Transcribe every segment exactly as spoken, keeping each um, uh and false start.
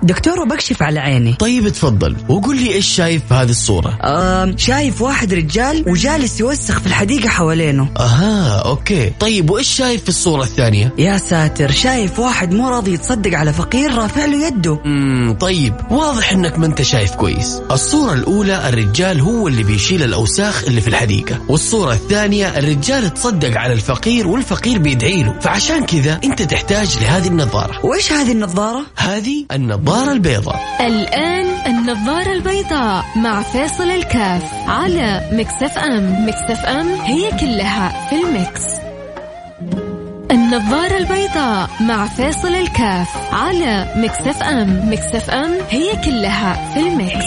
دكتور وبكشف على عيني. طيب تفضل وقول لي إيش شايف في هذه الصورة؟ آه شايف واحد رجال وجالس يوسخ في الحديقة حوالينه. أها أوكي. طيب وإيش شايف في الصورة الثانية؟ يا ساتر، شايف واحد مو راضي يتصدق على فقير رافع له يده. امم طيب واضح إنك ما أنت شايف كويس. الصورة الأولى الرجال هو اللي بيشيل الأوساخ اللي في الحديقة، والصورة الثانية الرجال تصدق على الفقير والفقير بيدعي له، فعشان كذا أنت تحتاج لهذه النظارة. وإيش هذه النظارة؟ هذه النظارة البيضاء. الآن النظارة البيضاء مع فيصل الكاف على ميكس اف ام. ميكس اف ام هي كلها في الميكس. النظارة البيضاء مع فيصل الكاف على ميكس اف ام. ميكس اف ام هي كلها في الميكس.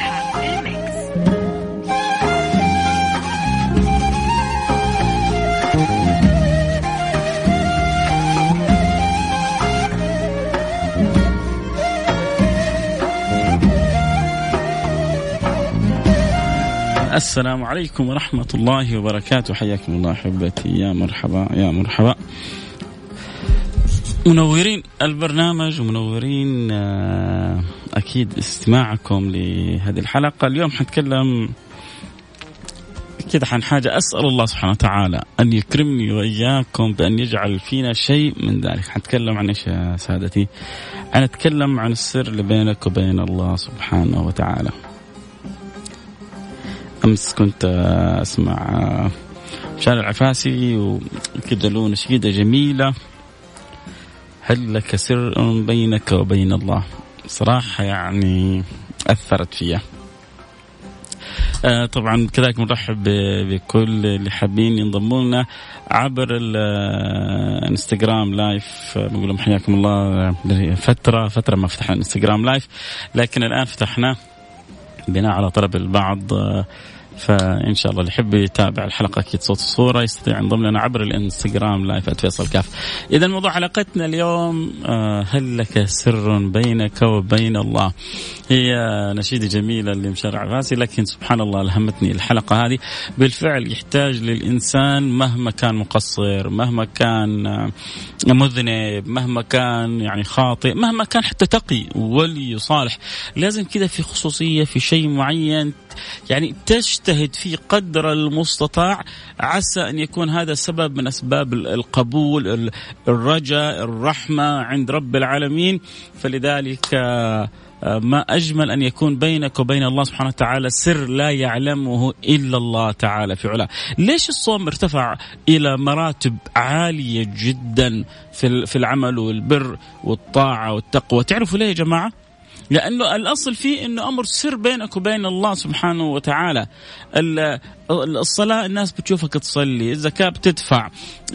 السلام عليكم ورحمة الله وبركاته. حياكم الله أحبتي، يا مرحبا يا مرحبا، منورين البرنامج ومنورين أكيد استماعكم لهذه الحلقة. اليوم حنتكلم كده عن حاجة أسأل الله سبحانه وتعالى أن يكرمني وإياكم بأن يجعل فينا شيء من ذلك. حنتكلم عن إيش يا سادتي؟ حنتكلم عن السر اللي بينك وبين الله سبحانه وتعالى. أمس كنت أسمع مشاري العفاسي وكده له نشيدة جميلة، هل لك سر بينك وبين الله. صراحة يعني أثرت فيها. آه طبعا كذلك مرحب بكل اللي حابين ينضموا لنا عبر الانستغرام لايف. بقول لهم حياكم الله. فترة فترة ما فتحنا الانستغرام لايف، لكن الآن فتحناه بناء على طلب البعض، فإن شاء الله اللي يحب يتابع الحلقة أكيد صوت الصورة يستطيع ينضم لنا عبر الانستغرام لايف @فيصل كاف. إذا موضوع حلقتنا اليوم هل لك سر بينك وبين الله. هي نشيدة جميلة اللي مشاري عفاسي، لكن سبحان الله ألهمتني الحلقة هذه. بالفعل يحتاج للإنسان مهما كان مقصر، مهما كان مذنب، مهما كان يعني خاطئ، مهما كان حتى تقي ولي صالح، لازم كده في خصوصية في شيء معين يعني تجتهد في قدر المستطاع، عسى أن يكون هذا سبب من أسباب القبول، الرجاء، الرحمة عند رب العالمين. فلذلك ما أجمل أن يكون بينك وبين الله سبحانه وتعالى سر لا يعلمه إلا الله تعالى في علاه. ليش الصوم ارتفع إلى مراتب عالية جدا في العمل والبر والطاعة والتقوى؟ تعرفوا ليه يا جماعة؟ لأنه الأصل فيه أنه أمر سر بينك وبين الله سبحانه وتعالى. الصلاة الناس بتشوفك تصلي، الزكاة بتدفع،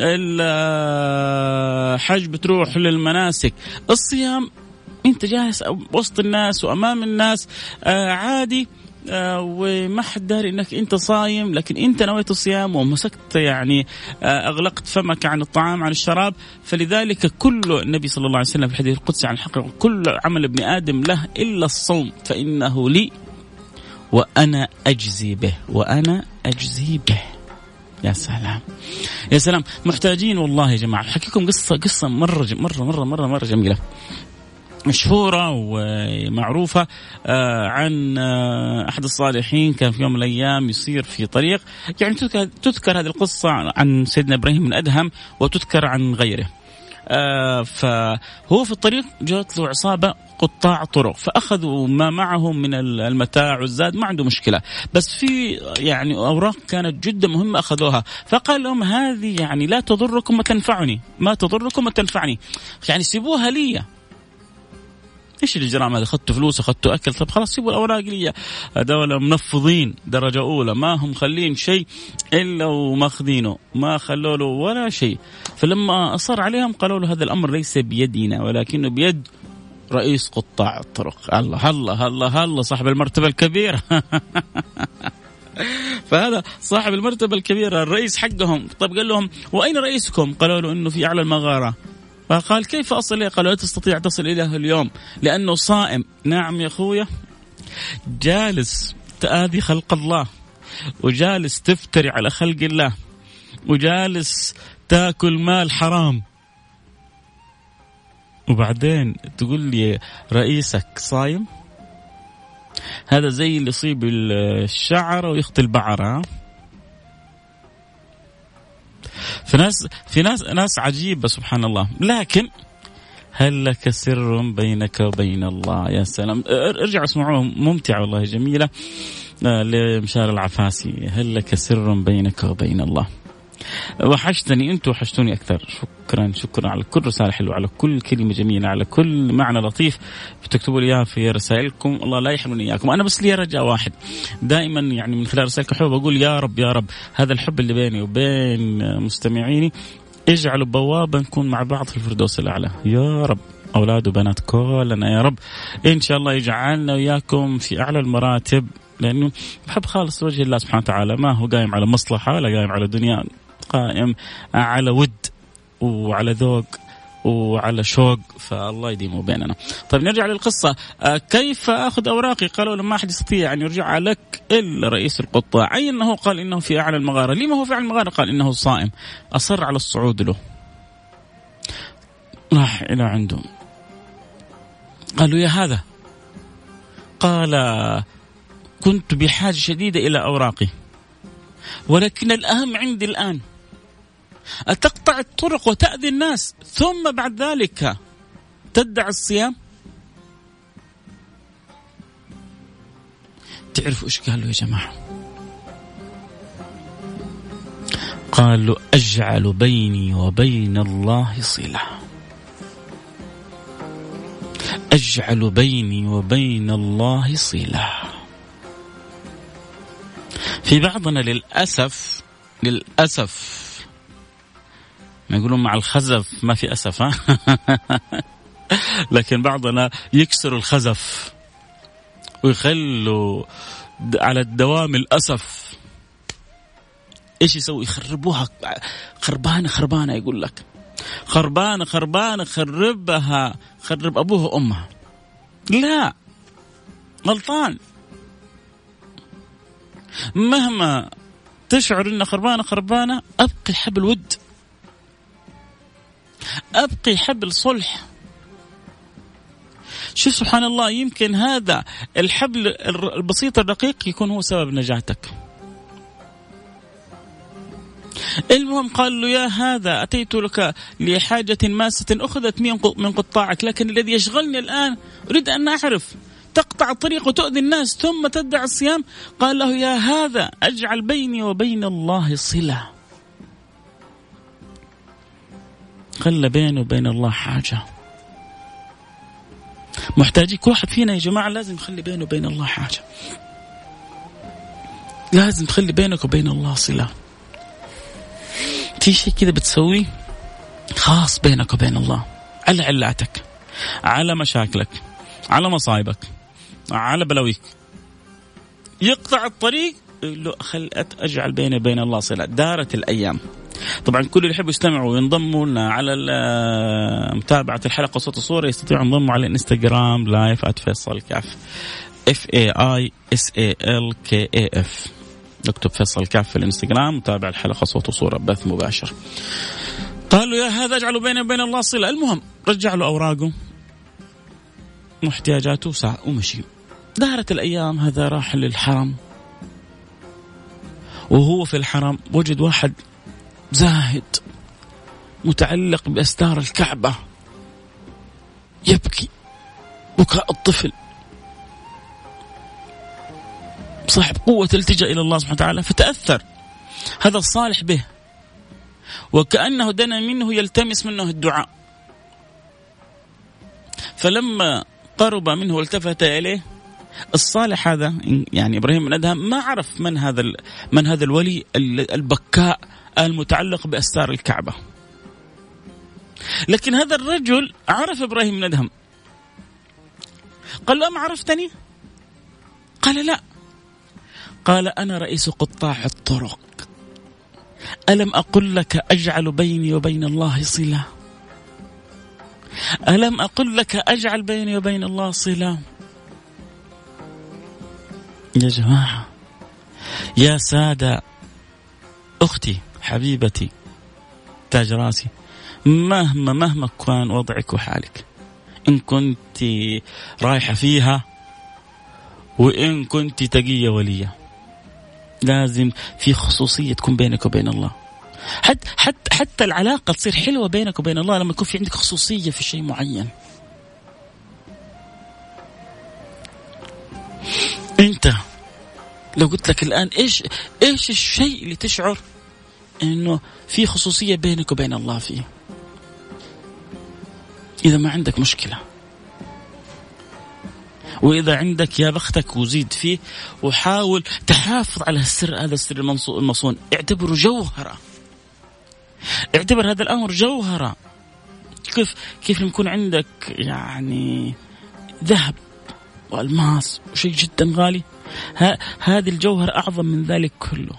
الحج بتروح للمناسك، الصيام أنت جالس وسط الناس وأمام الناس آه عادي، آه وما حد داري أنك أنت صايم، لكن أنت نويت الصيام ومسكت يعني آه أغلقت فمك عن الطعام عن الشراب. فلذلك كل النبي صلى الله عليه وسلم في الحديث القدسي عن الحق كل عمل ابن آدم له إلا الصوم فإنه لي وأنا أجزي به وأنا أجزي به. يا سلام يا سلام، محتاجين والله يا جماعة. حكيكم قصة قصة مرة مرة مرة مرة مرة جميلة مشهورة ومعروفة عن أحد الصالحين. كان في يوم من الأيام يصير في طريق، يعني تذكر, تذكر هذه القصة عن سيدنا إبراهيم من أدهم وتذكر عن غيره. فهو في الطريق جاءت له عصابة قطاع طرق، فأخذوا ما معهم من المتاع والزاد، ما عنده مشكلة، بس في يعني أوراق كانت جدا مهمة أخذوها. فقال لهم هذه يعني لا تضركم وتنفعني، ما تضركم وتنفعني، يعني سيبوها لي. إيش الإجرام هذا؟ أخذتوا فلوس، أخذتوا أكل، طب خلاص سيبوا الأوراق لي. هذول منفضين درجة أولى، ما هم خلين شيء إلا وماخذينه، ما خلوا له ولا شيء. فلما أصر عليهم قالوا له هذا الأمر ليس بيدنا ولكنه بيد رئيس قطاع الطرق. الله الله الله الله، صاحب المرتبة الكبيرة. فهذا صاحب المرتبة الكبيرة الرئيس حقهم. طب قال لهم وأين رئيسكم؟ قالوا له إنه في أعلى المغارة. فقال كيف أصل إليه؟ قالوا لا تستطيع تصل إليه اليوم لأنه صائم. نعم يا أخويا، جالس تآذي خلق الله، وجالس تفتري على خلق الله، وجالس تاكل مال حرام، وبعدين تقول لي رئيسك صايم؟ هذا زي اللي يصيب الشعر ويخطي البعرة. في ناس في ناس ناس عجيبة سبحان الله. لكن هل لك سر بينك وبين الله؟ يا سلام، ارجع اسمعوه، ممتع والله، جميلة لمشار العفاسي. هل لك سر بينك وبين الله؟ وحشتني انتوا، وحشتوني اكثر. شكرا شكرا على كل رسالة حلوة، على كل كلمة جميلة، على كل معنى لطيف بتكتبوا لي اياه في رسائلكم. الله لا يحرمني اياكم. انا بس لي رجاء واحد دائما، يعني من خلال رسائلكم حب اقول يا رب يا رب هذا الحب اللي بيني وبين مستمعيني اجعلوا بوابة نكون مع بعض في الفردوس الأعلى يا رب. أولاد وبنات كلنا يا رب إن شاء الله يجعلنا وياكم في أعلى المراتب، لأنه بحب خالص وجه الله سبحانه وتعالى. ما هو قائم على مصلحة ولا قائم على دنيا، قائم على ود وعلى ذوق وعلى شوق، فالله يديمه بيننا. طيب نرجع للقصة. كيف أخذ أوراقي؟ قالوا لما أحد يستطيع أن يرجع لك إلا رئيس القطاع. أي أنه قال إنه في أعلى المغارة. لما هو في أعلى المغارة؟ قال إنه صائم، أصر على الصعود له. راح إلى عنده، قالوا يا هذا، قال كنت بحاجة شديدة إلى أوراقي، ولكن الأهم عندي الآن أتقطع الطرق وتأذي الناس ثم بعد ذلك تدعي الصيام؟ تعرفوا إيش قالوا يا جماعة؟ قالوا أجعل بيني وبين الله صلة، أجعل بيني وبين الله صلة. في بعضنا للأسف للأسف ما يقولون مع الخزف ما في أسف، ها؟ لكن بعضنا يكسر الخزف ويخلوا على الدوام الأسف. إيش يسوي؟ يخربوها خربانة خربانة، يقول لك خربانة خربانة، خربها، خرب أبوها وأمها. لا، غلطان. مهما تشعر إن خربانة خربانة، أبقي حبل ود، أبقي حبل صلح. شوف سبحان الله، يمكن هذا الحبل البسيط الرقيق يكون هو سبب نجاتك. المهم قال له يا هذا أتيت لك لحاجة ماسة أخذت من قطاعك، لكن الذي يشغلني الآن أريد أن أعرف، تقطع الطريق وتؤذي الناس ثم تدعي الصيام. قال له يا هذا أجعل بيني وبين الله صلة، خلى بينه وبين الله حاجة. محتاجين كل واحد فينا يا جماعة لازم يخلي بينه وبين الله حاجة، لازم تخلي بينك وبين الله صلة. في شيء كذا بتسويه خاص بينك وبين الله، على علاتك، على مشاكلك، على مصايبك، على بلاويك، يقطع الطريق له خلت أجعل بيني وبين الله صلة. دارت الأيام. طبعا كل اللي يحبوا يستمعوا وينضموا لنا على متابعة الحلقة صوت وصورة يستطيعوا ينضموا على الانستغرام لايف ات فيصل كاف، اف اي اي اس اي ال كي اي اف. نكتب فيصل كاف في الانستغرام، متابع الحلقة صوت وصورة بث مباشر. قالوا يا هذا اجعلوا بيني وبين الله صلة. المهم رجع له أوراقه واحتياجاته ساعة ومشي. دارت الأيام، هذا راح للحرم، وهو في الحرم وجد واحد زاهد متعلق بأستار الكعبة يبكي بكاء الطفل، صاحب قوة التجأ إلى الله سبحانه وتعالى، فتأثر هذا الصالح به وكأنه دنا منه يلتمس منه الدعاء. فلما قرب منه والتفت إليه الصالح هذا، يعني إبراهيم بن أدهم، ما عرف من هذا من هذا الولي البكاء المتعلق بأستار الكعبة، لكن هذا الرجل عرف إبراهيم بن أدهم. قال له أما عرفتني؟ قال لا. قال أنا رئيس قطاع الطرق، ألم أقل لك أجعل بيني وبين الله صلة؟ ألم أقل لك أجعل بيني وبين الله صلة؟ يا جماعة، يا سادة، أختي حبيبتي تاج راسي، مهما مهما كان وضعك وحالك، إن كنت رايحة فيها وإن كنت تقية ولية. لازم في خصوصية تكون بينك وبين الله. حتى حتى حتى العلاقة تصير حلوة بينك وبين الله لما يكون في عندك خصوصية في شيء معين. أنت لو قلت لك الآن إيش إيش الشيء اللي تشعر إنه في خصوصية بينك وبين الله فيه؟ إذا ما عندك مشكلة، وإذا عندك يا بختك وزيد فيه، وحاول تحافظ على السر هذا، السر المصون، اعتبره جوهرة، اعتبر هذا الأمر جوهرة. كيف كيف لما يكون عندك يعني ذهب والماس وشيء جدا غالي، هذه الجوهر أعظم من ذلك كله،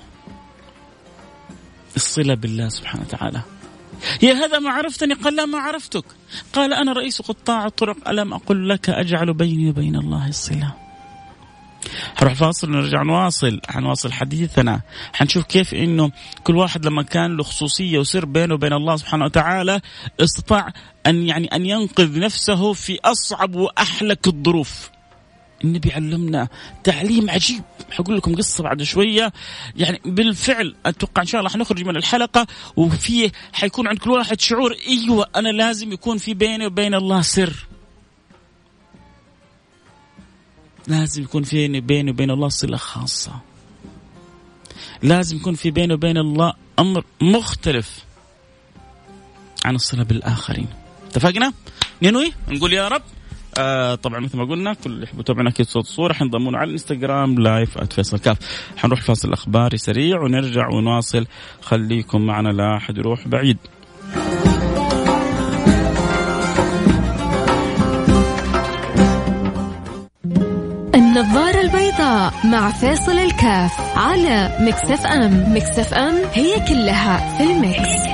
الصلة بالله سبحانه وتعالى. يا هذا ما عرفتني؟ قال لا ما عرفتك. قال أنا رئيس قطاع الطرق، ألم أقل لك أجعل بيني وبين الله الصلة. هروح فاصل ونرجع نواصل، حنواصل حديثنا، حنشوف كيف إنه كل واحد لما كان له خصوصية وسر بينه وبين الله سبحانه وتعالى استطاع أن يعني أن ينقذ نفسه في أصعب وأحلك الظروف. النبي علمنا تعليم عجيب، حقول لكم قصة بعد شوية يعني بالفعل أتوقع إن شاء الله حنخرج من الحلقة وفيه حيكون عند كل واحد شعور أيوة أنا لازم يكون في بيني وبين الله سر، لازم يكون في بيني وبين الله صلة خاصة، لازم يكون في بيني وبين الله أمر مختلف عن الصلة بالآخرين. اتفقنا؟ ننوي نقول يا رب. آه طبعا مثل ما قلنا كل اللي يحبوا يتابعونا أكيد صوت صورة حنضمونا على الانستغرام لايف @فيصل كاف. حنروح فاصل أخباري سريع ونرجع ونواصل، خليكم معنا لا أحد يروح بعيد. النظارة البيضاء مع فيصل الكاف على ميكس اف ام. ميكس اف ام هي كلها في الميكس.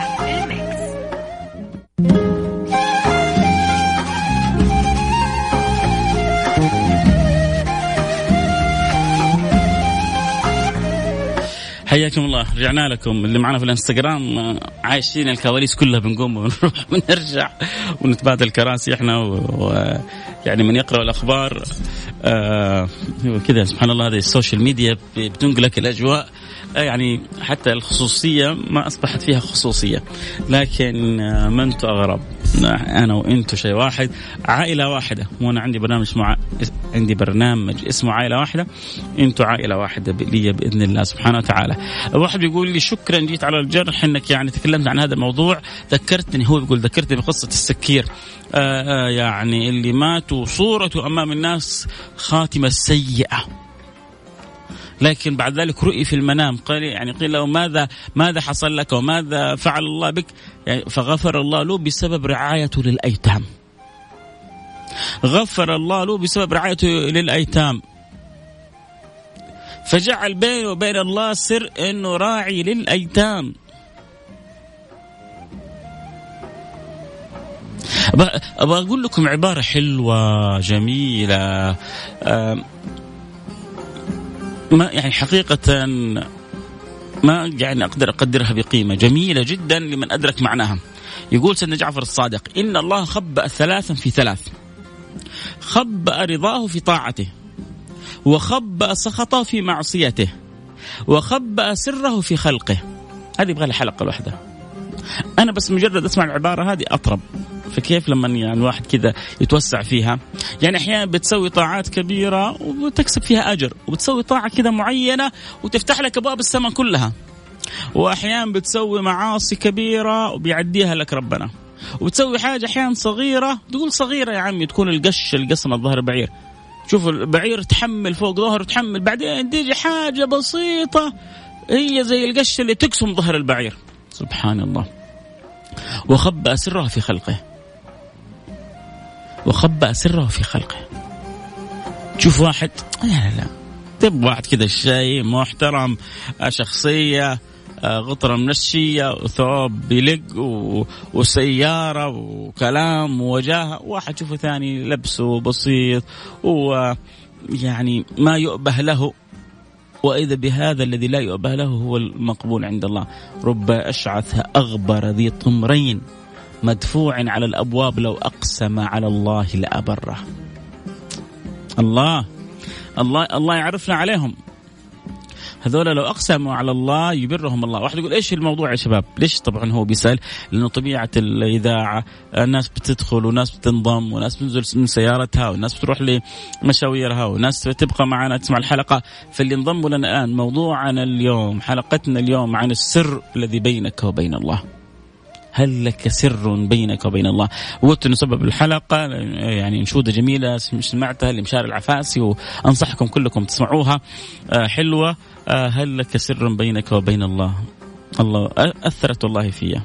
حياكم الله، رجعنا لكم. اللي معنا في الانستغرام عايشين الكواليس كلها، بنقوم ونروح ونرجع ونتبادل كراسي احنا ويعني من يقرأ الأخبار آه كذا. سبحان الله، هذه السوشيال ميديا بتنقلك الأجواء، يعني حتى الخصوصية ما أصبحت فيها خصوصية، لكن آه ما أنتوا أغرب، أنا وإنتوا شيء واحد، عائلة واحدة. وأنا عندي برنامج مع عندي برنامج اسمه عائلة واحدة، أنتوا عائلة واحدة لي بإذن الله سبحانه وتعالى. واحد بيقول لي شكرا جيت على الجرح إنك يعني تكلمت عن هذا الموضوع، ذكرتني، هو بيقول ذكرتني بقصة السكير، آه يعني اللي ماتوا صورته أمام الناس خاتمة سيئة، لكن بعد ذلك رؤي في المنام، قال يعني قيل له ماذا ماذا حصل لك وماذا فعل الله بك، يعني فغفر الله له بسبب رعايته للأيتام، غفر الله له بسبب رعايته للأيتام، فجعل بينه وبين الله سر إنه راعي للأيتام. أبغى أقول لكم عبارة حلوة جميلة، ما يعني حقيقة ما يعني أقدر أقدرها بقيمة جميلة جدا لمن أدرك معناها. يقول سيدنا جعفر الصادق: إن الله خبأ ثلاثا في ثلاث، خبأ رضاه في طاعته، وخبأ سخطه في معصيته، وخبأ سره في خلقه. هذه يبغى لها حلقة لوحدها، أنا بس مجرد أسمع العبارة هذه أطرب. فكيف لما يعني الواحد كذا يتوسع فيها، يعني أحيانا بتسوي طاعات كبيرة وتكسب فيها أجر، وبتسوي طاعة كذا معينة وتفتح لك أبواب السماء كلها، وأحيانا بتسوي معاصي كبيرة وبيعديها لك ربنا، وبتسوي حاجة أحيانا صغيرة، تقول صغيرة يا عمي، تكون القش القسم الظهر بعير، شوف البعير تحمل فوق ظهره تحمل، بعدين تيجي حاجة بسيطة هي زي القش اللي تقسم ظهر البعير. سبحان الله. وخبأ سره في خلقه، وخبأ سره في خلقه. تشوف واحد لا لا لا تب واحد كذا شيء محترم، شخصية غطرة منشية وثوب بيلق وسيارة وكلام ووجاهة، واحد شوفه ثاني لبسه بسيط ويعني ما يؤبه له، وإذا بهذا الذي لا يؤبه له هو المقبول عند الله. رب أشعث أغبر ذي طمرين مدفوع على الأبواب لو أقسم على الله لأبره. الله الله الله يعرفنا عليهم هذولا، لو أقسموا على الله يبرهم الله. واحد يقول إيش الموضوع يا شباب؟ ليش؟ طبعا هو بيسأل لأنه طبيعة الإذاعة الناس بتدخل وناس بتنضم وناس بتنزل من سيارتها وناس بتروح لمشاويرها وناس تبقى معنا تسمع الحلقة. فاللي انضموا لنا الآن، موضوعنا اليوم، حلقتنا اليوم عن السر الذي بينك وبين الله. هل لك سر بينك وبين الله؟ وقلت إنه سبب الحلقة يعني انشودة جميلة سمعتها لمشاري العفاسي وأنصحكم كلكم تسمعوها، حلوة. هل لك سر بينك وبين الله؟ الله أثرت والله فيها.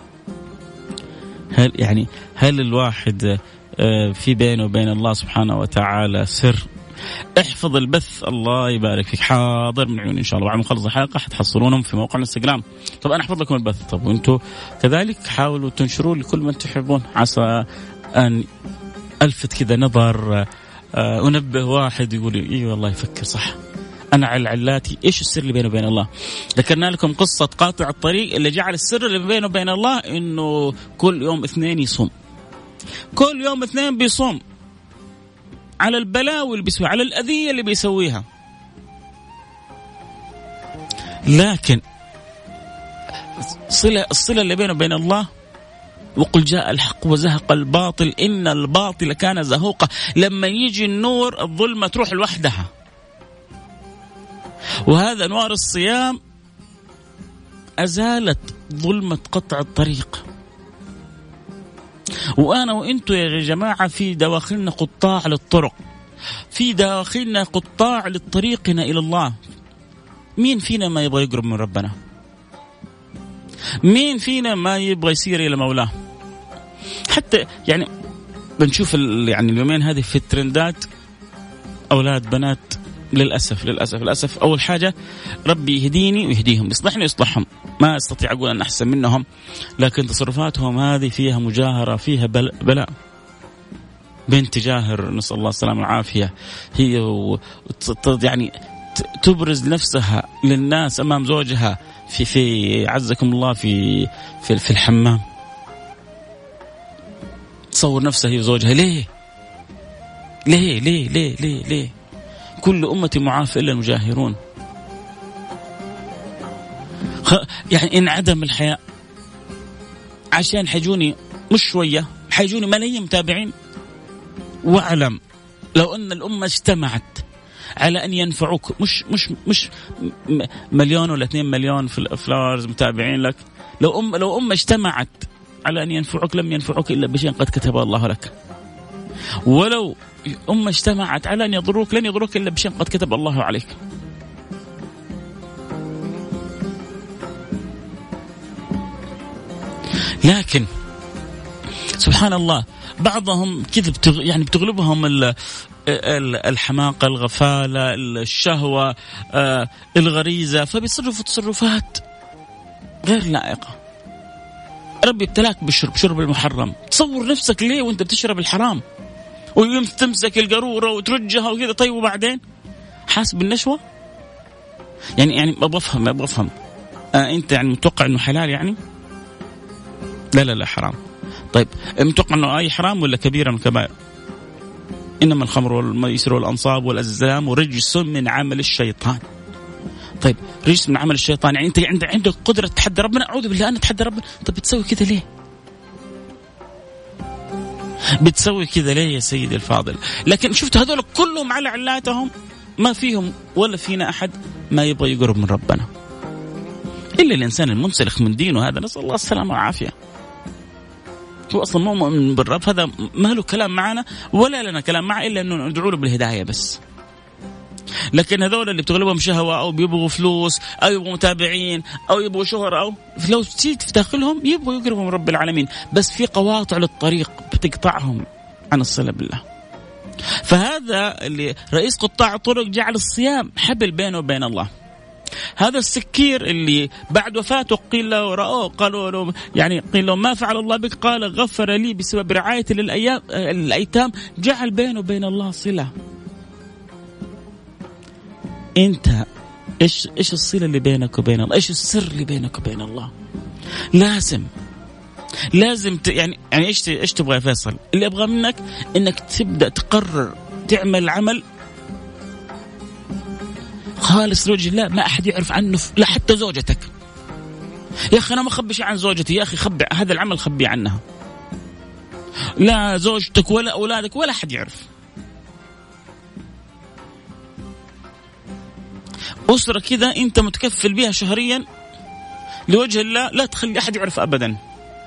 هل يعني هل الواحد في بينه وبين الله سبحانه وتعالى سر؟ احفظ البث، الله يبارك فيك. حاضر من عيوني إن شاء الله، بعد ما نخلص الحلقة حتحصلونهم في موقع الانستغرام. طب أنا أحفظ لكم البث، طب وأنتوا كذلك حاولوا تنشروا لكل من تحبون، عسى أن ألفت كذا نظر، أنبه واحد يقول إيه والله يفكر صح، أنا على علاتي. إيش السر اللي بينه وبين الله؟ ذكرنا لكم قصة قاطع الطريق اللي جعل السر اللي بينه وبين الله إنه كل يوم اثنين يصوم، كل يوم اثنين بيصوم على البلاوي اللي بيسويها، على الأذية اللي بيسويها. لكن صلة الصلة اللي بينه وبين الله، وقل جاء الحق وزهق الباطل إن الباطل كان زهوقا. لما يجي النور الظلمة تروح لوحدها. وهذا أنوار الصيام أزالت ظلمة قطع الطريق. وأنا وإنتوا يا جماعة في دواخلنا قطاع للطرق، في دواخلنا قطاع للطريقنا إلى الله. مين فينا ما يبغى يقرب من ربنا؟ مين فينا ما يبغى يسير إلى مولاه؟ حتى يعني بنشوف يعني اليومين هذه في الترندات أولاد بنات، للأسف للأسف للأسف. أول حاجة ربي يهديني ويهديهم، يصلحني ويصلحهم، ما أستطيع أقول أن أحسن منهم، لكن تصرفاتهم هذه فيها مجاهرة، فيها بلاء. بنت جاهر نسأل الله السلامة والعافية، هي و... يعني تبرز نفسها للناس أمام زوجها في في عزكم الله في في, في الحمام، تصور نفسها هي وزوجها. ليه ليه ليه ليه ليه ليه كل أمتي معافى إلا المجاهرون. يعني انعدم الحياء عشان حيجوني مش شوية، حيجوني ملايين متابعين. واعلم لو أن الأمة اجتمعت على أن ينفعوك، مش مش مش مليون ولا اثنين مليون في الفلاورز متابعين لك، لو أم لو أمة اجتمعت على أن ينفعوك لم ينفعوك إلا بشيء قد كتبه الله لك. ولو أمة اجتمعت على أن يضروك لن يضروك إلا بشيء قد كتب الله عليك. لكن سبحان الله بعضهم كذا بتغ... يعني بتغلبهم ال... الحماقة، الغفالة، الشهوة، الغريزة، فبيصرفوا تصرفات غير لائقة. ربي ابتلاك بالشرب، شرب المحرم. تصور نفسك ليه وانت بتشرب الحرام ويوم تمسك القارورة وترجها وكذا؟ طيب وبعدين حاسب النشوة؟ يعني يعني ما بفهم ما بفهم آه انت يعني متوقع انه حلال يعني؟ لا لا لا حرام. طيب متوقع انه اي حرام ولا كبيرة من كبائر؟ انما الخمر والميسر والانصاب والازلام ورجس من عمل الشيطان. طيب رجس من عمل الشيطان يعني انت عندك عندك قدرة تحدى ربنا؟ اعوذ بالله انا اتحدى ربنا. طب بتسوي كذا ليه؟ بتسوي كذا ليه يا سيدي الفاضل؟ لكن شفت هذول كلهم على علاتهم ما فيهم ولا فينا أحد ما يبغى يقرب من ربنا إلا الإنسان المنسلخ من دينه. هذا نسأل الله السلامة والعافية. هو أصلا مو مؤمن بالرب، هذا ما له كلام معنا ولا لنا كلام معه إلا أنه ندعو له بالهداية بس. لكن هذول اللي بتغلبهم شهوة أو بيبغوا فلوس أو يبغوا متابعين أو يبغوا شهرة أو لو تيجي في داخلهم يبغوا يقربوا من رب العالمين، بس في قواطع للطريق بتقطعهم عن الصلة بالله. فهذا اللي رئيس قطاع الطرق جعل الصيام حبل بينه وبين الله. هذا السكير اللي بعد وفاته قيل له رأوه قالوا له يعني قيل له ما فعل الله بك؟ قال غفر لي بسبب رعايتي للأيام الأيتام. جعل بينه وبين الله صلة. أنت إيش إيش الصلة اللي بينك وبين الله؟ إيش السر اللي بينك وبين الله؟ لازم لازم ت... يعني يعني ايش ايش تبغى يا فيصل؟ اللي ابغى منك انك تبدا تقرر تعمل عمل خالص لوجه الله، ما احد يعرف عنه، لا حتى زوجتك. يا اخي انا ما اخبي شيء عن زوجتي، يا اخي خبي هذا العمل خبي عنها، لا زوجتك ولا اولادك ولا احد يعرف. أسرة كذا أنت متكفل بها شهريا لوجه الله، لا تخلي أحد يعرف أبدا.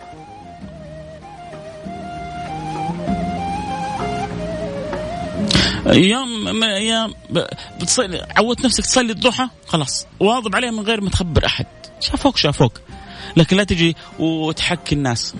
يوم يوم بتصلي عودت نفسك تصلي الضحى خلاص واظب عليها من غير ما تخبر أحد، شافوك شافوك، لكن لا تجي وتحكي الناس.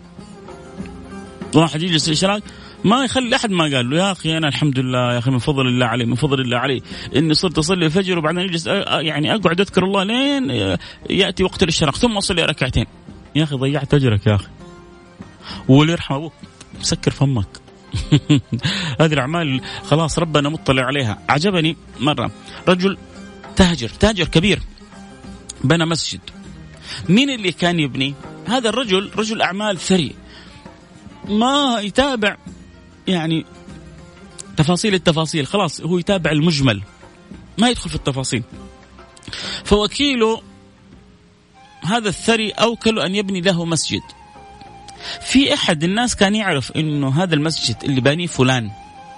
واحد يجلس الإشراق ما يخلي أحد ما قال له يا أخي أنا الحمد لله يا أخي من فضل الله علي من فضل الله علي إني صرت أصلي الفجر وبعدين أجلس يعني أقعد أذكر الله لين يأتي وقت الإشراق ثم أصلي ركعتين. يا أخي ضيعت أجرك يا أخي، واللي يرحم أبوك مسكر فمك. هذه الأعمال خلاص ربنا مطلع عليها. عجبني مرة رجل تاجر تاجر كبير بنى مسجد. مين اللي كان يبني؟ هذا الرجل رجل أعمال ثري، ما يتابع يعني تفاصيل التفاصيل، خلاص هو يتابع المجمل ما يدخل في التفاصيل. فوكيله هذا الثري أوكله أن يبني له مسجد. في أحد الناس كان يعرف إنه هذا المسجد اللي بانيه فلان.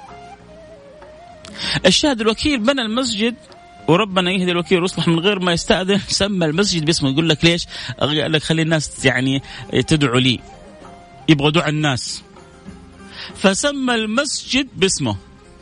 الشاهد الوكيل بنى المسجد وربنا يهدي الوكيل ويصلح من غير ما يستأذن، سمى المسجد باسمه. يقول لك ليش؟ قال لك خلي الناس يعني تدعو لي، يبغى دعاء الناس، فسمى المسجد باسمه.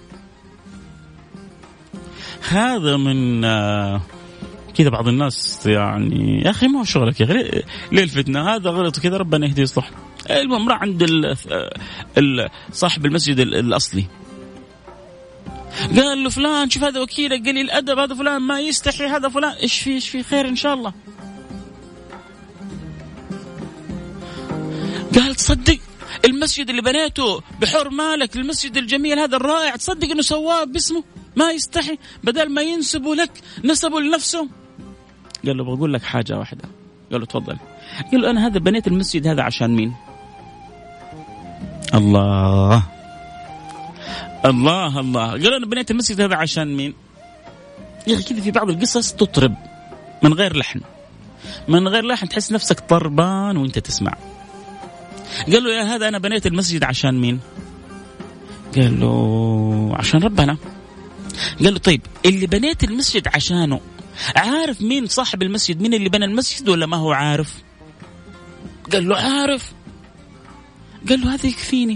هذا من كذا بعض الناس يعني يا أخي ما هو شغلك يا أخي ليه الفتنة؟ هذا غلط كذا ربنا يهدي يصلح. المهم راح عند صاحب المسجد الأصلي قال له فلان شوف هذا وكيلك قليل الأدب، هذا فلان ما يستحي، هذا فلان إيش فيه إيش فيه خير إن شاء الله. قال تصدق المسجد اللي بنيته بحر مالك، المسجد الجميل هذا الرائع، تصدق انه سواه باسمه ما يستحي بدل ما ينسبوا لك نسبوا لنفسه. قال له بقول لك حاجة واحدة. قال له تفضل. قال له أنا هذا بنيت المسجد هذا عشان مين؟ الله الله الله. قال أنا بنيت المسجد هذا عشان مين؟ يا أخي كذا في بعض القصص تطرب من غير لحن، من غير لحن تحس نفسك طربان وانت تسمع. قال له يا هذا أنا بنيت المسجد عشان مين؟ قال له عشان ربنا. قال له طيب اللي بنيت المسجد عشانه عارف مين صاحب المسجد، مين اللي بنى المسجد ولا ما هو عارف؟ قال له عارف. قال له هذا يكفيني،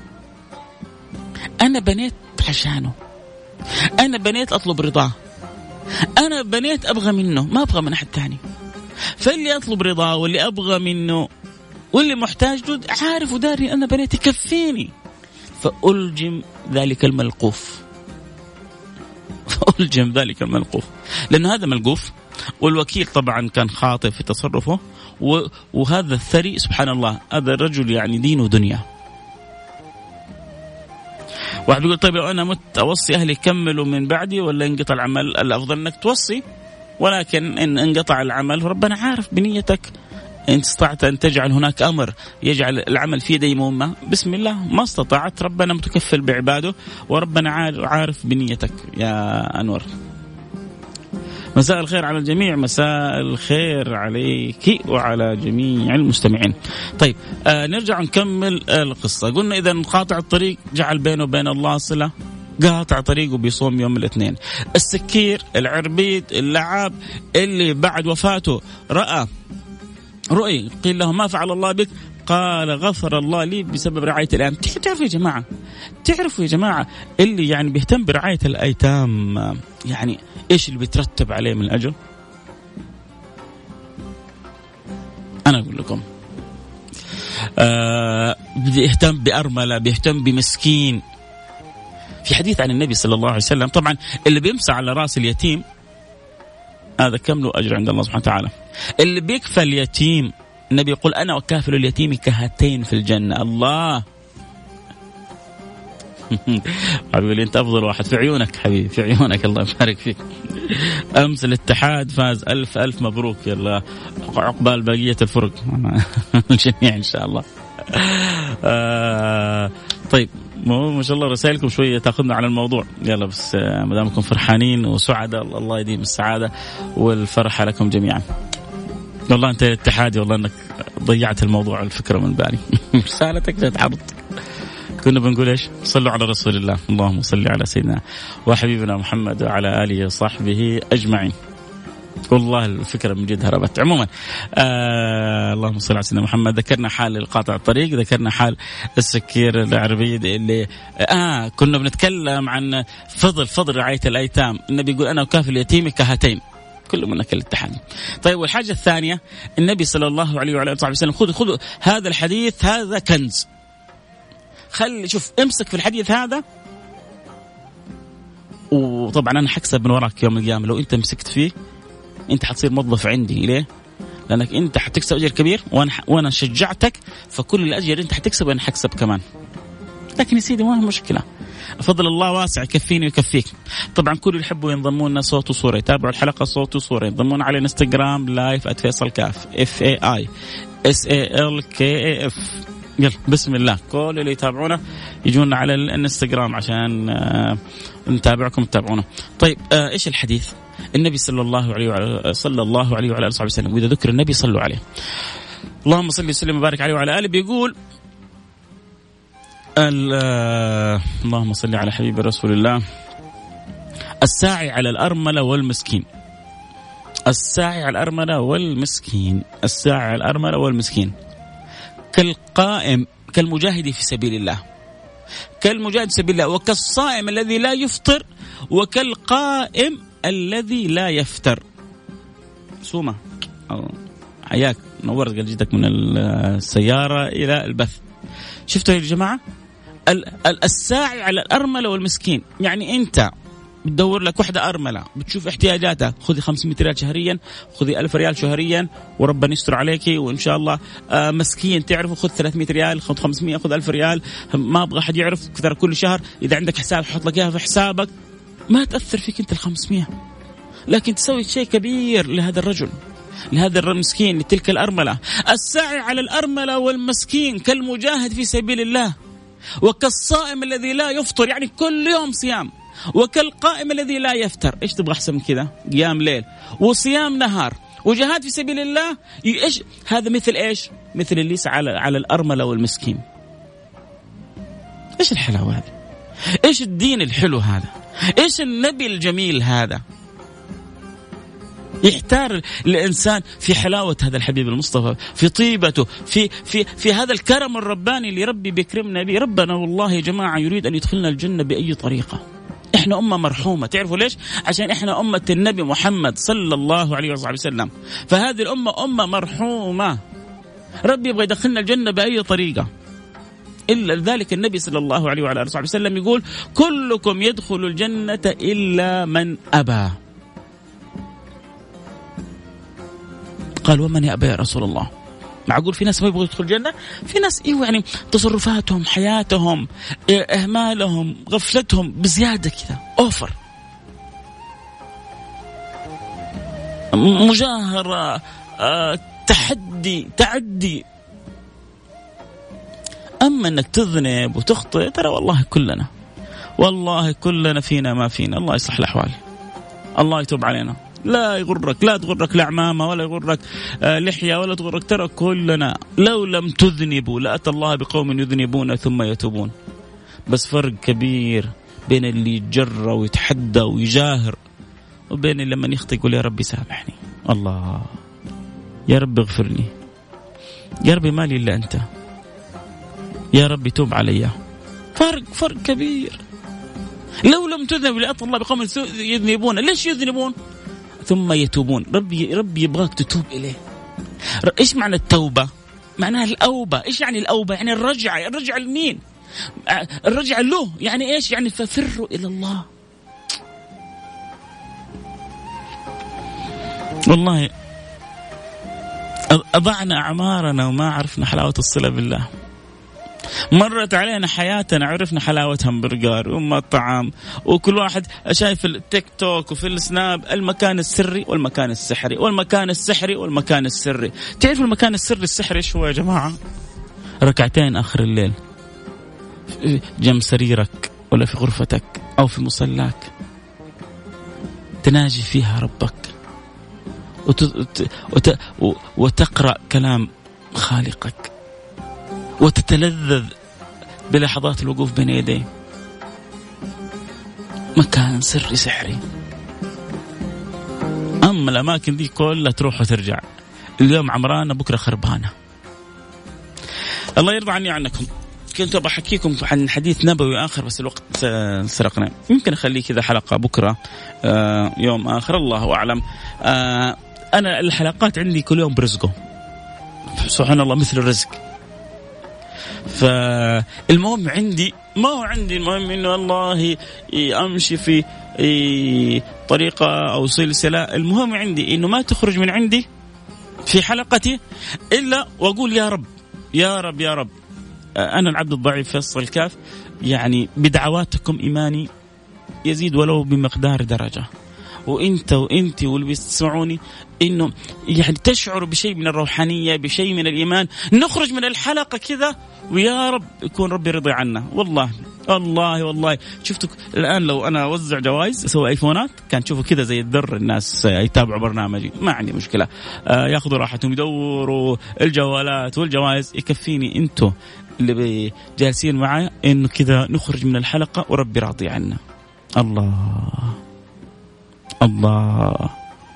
أنا بنيت عشانه، أنا بنيت أطلب رضاه، أنا بنيت أبغى منه ما أبغى من أحد تاني. فاللي أطلب رضاه واللي أبغى منه واللي محتاج له عارف وداري أنا بنيت يكفيني. فألجم ذلك الملقوف، فألجم ذلك الملقوف، لأن هذا ملقوف والوكيل طبعا كان خاطئ في تصرفه، وهذا الثري سبحان الله هذا الرجل يعني دين ودنيا. واحد بيقول طيب لو أنا مت أوصي أهلي يكملوا من بعدي ولا انقطع العمل؟ الأفضل أنك توصي، ولكن إن انقطع العمل ربنا عارف بنيتك. إن استطعت أن تجعل هناك أمر يجعل العمل فيه ديمومة بسم الله، ما استطعت ربنا متكفل بعباده وربنا عارف بنيتك يا أنور. مساء الخير على الجميع، مساء الخير عليك وعلى جميع المستمعين. طيب آه نرجع نكمل القصة. قلنا إذا قاطع الطريق جعل بينه وبين الله صلة، قاطع طريقه بيصوم يوم الاثنين. السكير العربيد اللعاب اللي بعد وفاته رأى رؤي قيل له ما فعل الله بك؟ قال غفر الله لي بسبب رعاية الأيتام. تعرفوا يا جماعة تعرفوا يا جماعة اللي يعني بيهتم برعاية الأيتام يعني إيش اللي بيترتب عليه من الأجر؟ أنا أقول لكم آه بيهتم بأرملة، بيهتم بمسكين. في حديث عن النبي صلى الله عليه وسلم طبعا اللي بيمسح على رأس اليتيم هذا كم له أجر عند الله سبحانه وتعالى. اللي بيكفل اليتيم النبي يقول أنا وكافل اليتيم كهاتين في الجنة. الله حبيبي أنت أفضل واحد في عيونك حبيبي، في عيونك، الله يبارك فيك. أمس الاتحاد فاز، ألف ألف مبروك، يلا عقبال بقية الفرق الجميع إن شاء الله. آه طيب ما شاء الله رسائلكم شوية تأخذنا على الموضوع، يلا بس ما دامكم فرحانين وسعداء الله يديم السعادة والفرحة لكم جميعا. والله أنت اتحادي، والله أنك ضيعت الموضوع الفكرة من بالي. رسالتك تتعرض. كنا بنقول إيش؟ صلوا على رسول الله، اللهم صل على سيدنا وحبيبنا محمد وعلى آله وصحبه أجمعين. والله الفكرة من جد هربت. عموما آه اللهم صل على سيدنا محمد. ذكرنا حال القاطع الطريق، ذكرنا حال السكير العربي اللي آه كنا بنتكلم عن فضل فضل رعاية الأيتام. النبي يقول أنا وكافل اليتيم كهاتين، كل منك الاتحاد. طيب والحاجة الثانية، النبي صلى الله عليه وعلى آله وسلم خذ خذ هذا الحديث، هذا كنز. خلي شوف امسك في الحديث هذا، وطبعا أنا حكسب من وراك يوم القيامة لو أنت مسكت فيه. أنت حتصير موظف عندي، ليه؟ لأنك أنت حتكسب أجر كبير، وأنا وأنا شجعتك، فكل الأجر أنت حتكسب أنا حكسب كمان. لكن يا سيدي ما هي مشكلة، فضل الله واسع يكفيني ويكفيك. طبعا كل اللي يحبوا ينضمون لنا صوت وصورة، يتابعوا الحلقة صوت وصورة، ينضمون على انستغرام لايف @فيصل كاف اف اي اي اس اي ال كي اي اف. يلا بسم الله، كل اللي يتابعونا يجونا على الانستغرام عشان آه نتابعكم تتابعونا. طيب آه ايش الحديث؟ النبي صلى الله عليه وعلى صلى الله عليه وعلى اله وسلم، واذا ذكر النبي صلوا عليه، اللهم صل وسلم وبارك عليه وعلى اله. بيقول اللهم صل على حبيب رسول الله، الساعي على الأرملة والمسكين، الساعي على الأرملة والمسكين، الساعي على الأرملة والمسكين كالقائم كالمجاهد في سبيل الله، كالمجاهد في سبيل الله، وكالصائم الذي لا يفطر، وكالقائم الذي لا يفتر. سومة حياك، نورت جدتك من السيارة إلى البث. شفتوا يا جماعة؟ الساعي على الأرملة والمسكين، يعني أنت بتدور لك واحدة أرملة بتشوف احتياجاتها، خذي خمسمائة ريال شهريا، خذي ألف ريال شهريا وربنا يستر عليكي وإن شاء الله. آه مسكين تعرفوا، خذ ثلاثمائة ريال، خذ خمسمائة، خذ ألف ريال، ما أبغى أحد يعرف. ترى كل شهر إذا عندك حساب حط لك إياها في حسابك، ما تأثر فيك أنت الخمسمائة، لكن تسوي شيء كبير لهذا الرجل، لهذا المسكين، لتلك الأرملة. الساعي على الأرملة والمسكين كالمجاهد في سبيل الله، وكالصائم الذي لا يفطر، يعني كل يوم صيام، وكالقائم الذي لا يفتر. إيش تبغى أحسن من كذا؟ قيام ليل وصيام نهار وجهاد في سبيل الله. إيش هذا؟ مثل إيش؟ مثل اللي يسعى على على الأرملة والمسكين. إيش الحلاوة هذه؟ إيش الدين الحلو هذا؟ إيش النبي الجميل هذا؟ يحتار الإنسان في حلاوة هذا الحبيب المصطفى، في طيبته، في في في هذا الكرم الرباني اللي ربي بيكرمنا به. ربنا والله يا جماعة يريد أن يدخلنا الجنة بأي طريقة. إحنا أمة مرحومة، تعرفوا ليش؟ عشان إحنا أمة النبي محمد صلى الله عليه وسلم، فهذه الأمة أمة مرحومة. ربي يبغى يدخلنا الجنة بأي طريقة. إلا ذلك النبي صلى الله عليه وعلى آله وسلم يقول كلكم يدخل الجنة إلا من أبى. قال ومن يأبى يا رسول الله؟ معقول في ناس ما يبغوا يدخل الجنة؟ في ناس إيه يعني تصرفاتهم، حياتهم، إهمالهم، غفلتهم بزيادة كذا، أوفر، مجاهرة، آه، تحدي، تعدي. أما أنك تذنب وتخطئ، ترى والله كلنا والله كلنا فينا ما فينا. الله يصلح الأحوال، الله يتوب علينا. لا يغرك، لا تغرك الأعمامة، ولا يغرك آه لحية، ولا تغرك. ترى كلنا لو لم تذنبوا لأتى الله بقوم يذنبون ثم يتوبون. بس فرق كبير بين اللي يتجرى ويتحدى ويجاهر، وبين لما يخطئ يقول يا ربي سامحني، الله يا رب اغفر لي، يا ربي مالي إلا أنت، يا ربي توب علي. فرق فرق كبير. لو لم تذنب لأتى الله بقوم يذنبون. ليش يذنبون ثم يتوبون؟ ربي ربي يبغاك تتوب إليه. إيش معنى التوبة؟ معناها الأوبة. إيش يعني الأوبة؟ يعني الرجعة. الرجعة لمين؟ الرجعة له. يعني إيش؟ يعني ففروا إلى الله. والله أضعنا أعمارنا وما عرفنا حلاوة الصلة بالله. مرت علينا حياتنا عرفنا حلاوة همبرجر ومطعم، وكل واحد شايف التيك توك وفي السناب المكان السري والمكان السحري والمكان السحري والمكان السري. تعرف المكان السري السحري ايش هو يا جماعة؟ ركعتين آخر الليل جنب سريرك ولا في غرفتك أو في مصلاك، تناجي فيها ربك وت... وت... وتقرأ كلام خالقك وتتلذذ بلحظات الوقوف بين يديه. مكان سري سحري. أما الأماكن دي كلها تروح وترجع، اليوم عمرانة بكرة خربانة. الله يرضى عني عنكم. كنت بحكيكم عن حديث نبوي آخر بس الوقت سرقنا، يمكن أخليه كذا حلقة بكرة يوم آخر الله أعلم. أنا الحلقات عندي كل يوم برزقه سبحان الله مثل الرزق. فالمهم عندي ما هو عندي المهم إنه والله أمشي في طريقة أو سلسلة، المهم عندي إنه ما تخرج من عندي في حلقتي إلا وأقول يا رب يا رب يا رب. أنا العبد الضعيف فيصل الكاف، يعني بدعواتكم إيماني يزيد ولو بمقدار درجة، وإنت وإنتي واللي بيسمعوني إنه يعني تشعروا بشيء من الروحانية بشيء من الإيمان، نخرج من الحلقة كذا ويا رب يكون ربي رضي عنا. والله والله والله شفتوا الآن لو أنا أوزع جوائز أسوي آيفونات كان تشوفوا كذا زي الدر، الناس يتابعوا برنامجي ما عندي مشكلة، آه ياخذوا راحتهم يدوروا الجوالات والجوائز، يكفيني أنتوا اللي جالسين معايا إنه كذا نخرج من الحلقة وربي راضي عنا. الله الله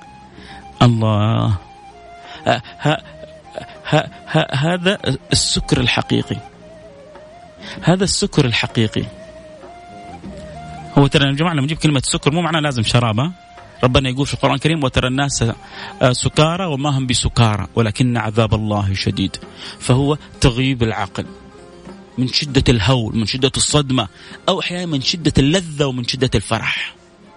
الله. ها ها ها ها هذا السكر الحقيقي، هذا السكر الحقيقي. هو ترى يا جماعة لما نجيب كلمة سكر مو معناه لازم شرابة. ربنا يقول في القرآن الكريم وترى الناس سكارى وما هم بسكارى ولكن عذاب الله شديد. فهو تغييب العقل من شدة الهول، من شدة الصدمة، أو أحيانا من شدة اللذة ومن شدة الفرح.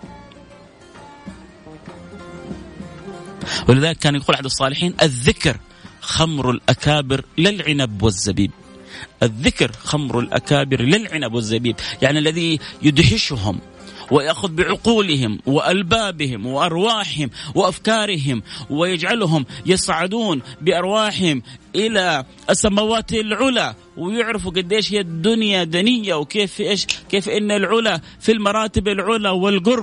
ولذلك كان يقول أحد الصالحين الذكر خمر الأكابر للعنب والزبيب. الذكر خمر الأكابر للعنب والزبيب، يعني الذي يدهشهم ويأخذ بعقولهم وألبابهم وأرواحهم وأفكارهم ويجعلهم يصعدون بأرواحهم إلى السماوات العلى ويعرفوا قديش هي الدنيا دنية وكيف إيش كيف إن العلى في المراتب العلى والقرب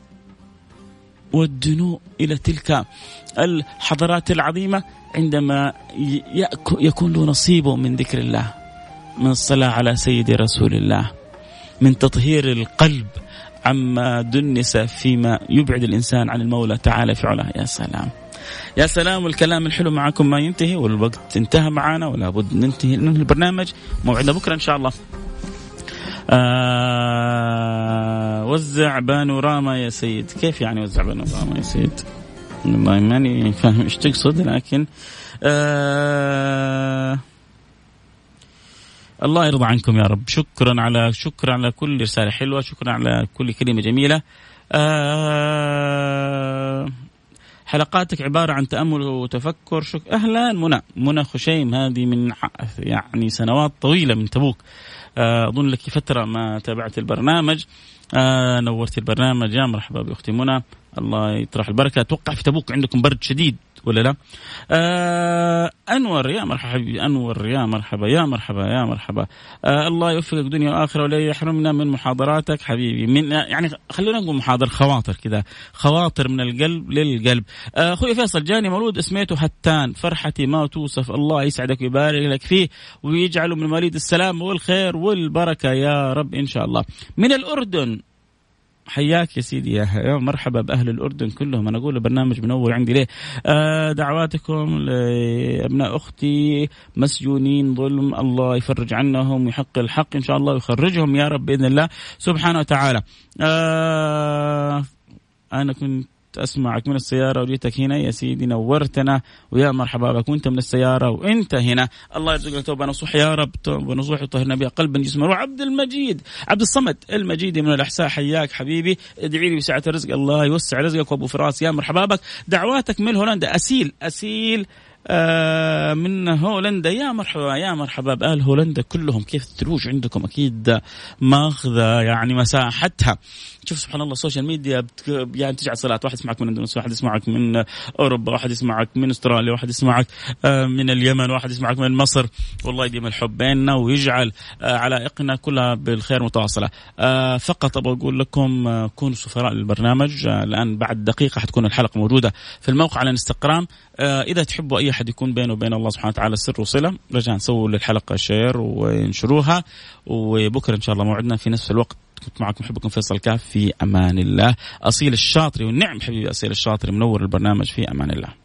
والدنو إلى تلك الحضارات العظيمة عندما يكون له نصيبه من ذكر الله، من الصلاة على سيد رسول الله، من تطهير القلب عما دنس فيما يبعد الإنسان عن المولى تعالى في علاه. يا سلام يا سلام. والكلام الحلو معكم ما ينتهي والوقت انتهى معنا ولا بد ننتهي ننهي البرنامج. موعدنا بكرة إن شاء الله. آه وزع بانوراما يا سيد. كيف يعني وزع بانوراما يا سيد؟ والله ماني فاهم ايش تقصد، لكن آه الله يرضى عنكم يا رب. شكرا على شكرا على كل رسالة حلوة، شكرا على كل كلمة جميلة. آه حلقاتك عبارة عن تأمل وتفكر. شك... أهلا منى منى خشيم، هذه من يعني سنوات طويلة من تبوك. أظن لك فترة ما تابعت البرنامج. آه نورت البرنامج، يا مرحبا بأختي منى، الله يطرح البركة. أتوقع في تبوك عندكم برد شديد ولا لا؟ آه أنور، يا مرحبا أنور، يا مرحبا يا مرحبا يا مرحبا. آه الله يوفقك دنيا وآخرة ولا يحرمنا من محاضراتك حبيبي. من يعني خلونا نقول محاضر خواطر كذا، خواطر من القلب للقلب. آه أخوي فيصل جاني مولود اسميته هتان، فرحتي ما توصف، الله يسعدك ويبارك لك فيه ويجعله من مواليد السلام والخير والبركة يا رب إن شاء الله. من الأردن، حياك يا سيدي، يا مرحبا بأهل الأردن كلهم. أنا أقول برنامج منور عندي ليه. آه دعواتكم لأبناء أختي مسجونين ظلم، الله يفرج عنهم ويحقق الحق إن شاء الله ويخرجهم يا رب بإذن الله سبحانه وتعالى. آه أنا كنت أسمعك من السيارة وجيتك هنا يا سيدي، نورتنا ويا مرحبا بك، وأنت من السيارة وأنت هنا. الله يرزقنا توبة نصوح يا رب، توبة نصوح وطهرنا بها قلبا جسما. وعبد المجيد عبد الصمد المجيدي من الأحساء، حياك حبيبي، ادعي لي بسعة الرزق، الله يوسع رزقك. وأبو فراس يا مرحبا بك، دعواتك من هولندا. أسيل أسيل آه من هولندا، يا مرحبا يا مرحبا بأهل هولندا كلهم. كيف الثلوج عندكم؟ أكيد ماخذة يعني مساحتها. شوف سبحان الله السوشيال ميديا بت... يعني تجعل صلاة، واحد يسمعك من اندونيسيا، واحد يسمعك من أوروبا، واحد يسمعك من أستراليا، واحد يسمعك من اليمن، واحد يسمعك من مصر. والله يديم الحب بيننا ويجعل علائقنا كلها بالخير متواصلة. فقط أبغى أقول لكم كونوا سفراء للبرنامج. الآن بعد دقيقة حتكون الحلقة موجودة في الموقع على الانستغرام. إذا تحبوا أي أحد يكون بينه وبين الله سبحانه وتعالى سر وصلة، رجاء نسووا للحلقة شير وينشروها. وبكرة إن شاء الله موعدنا في نفس الوقت. كنت معكم محبكم فيصل كاف، في أمان الله. أصيل الشاطري، والنعم حبيبي أصيل الشاطري منور البرنامج، في أمان الله.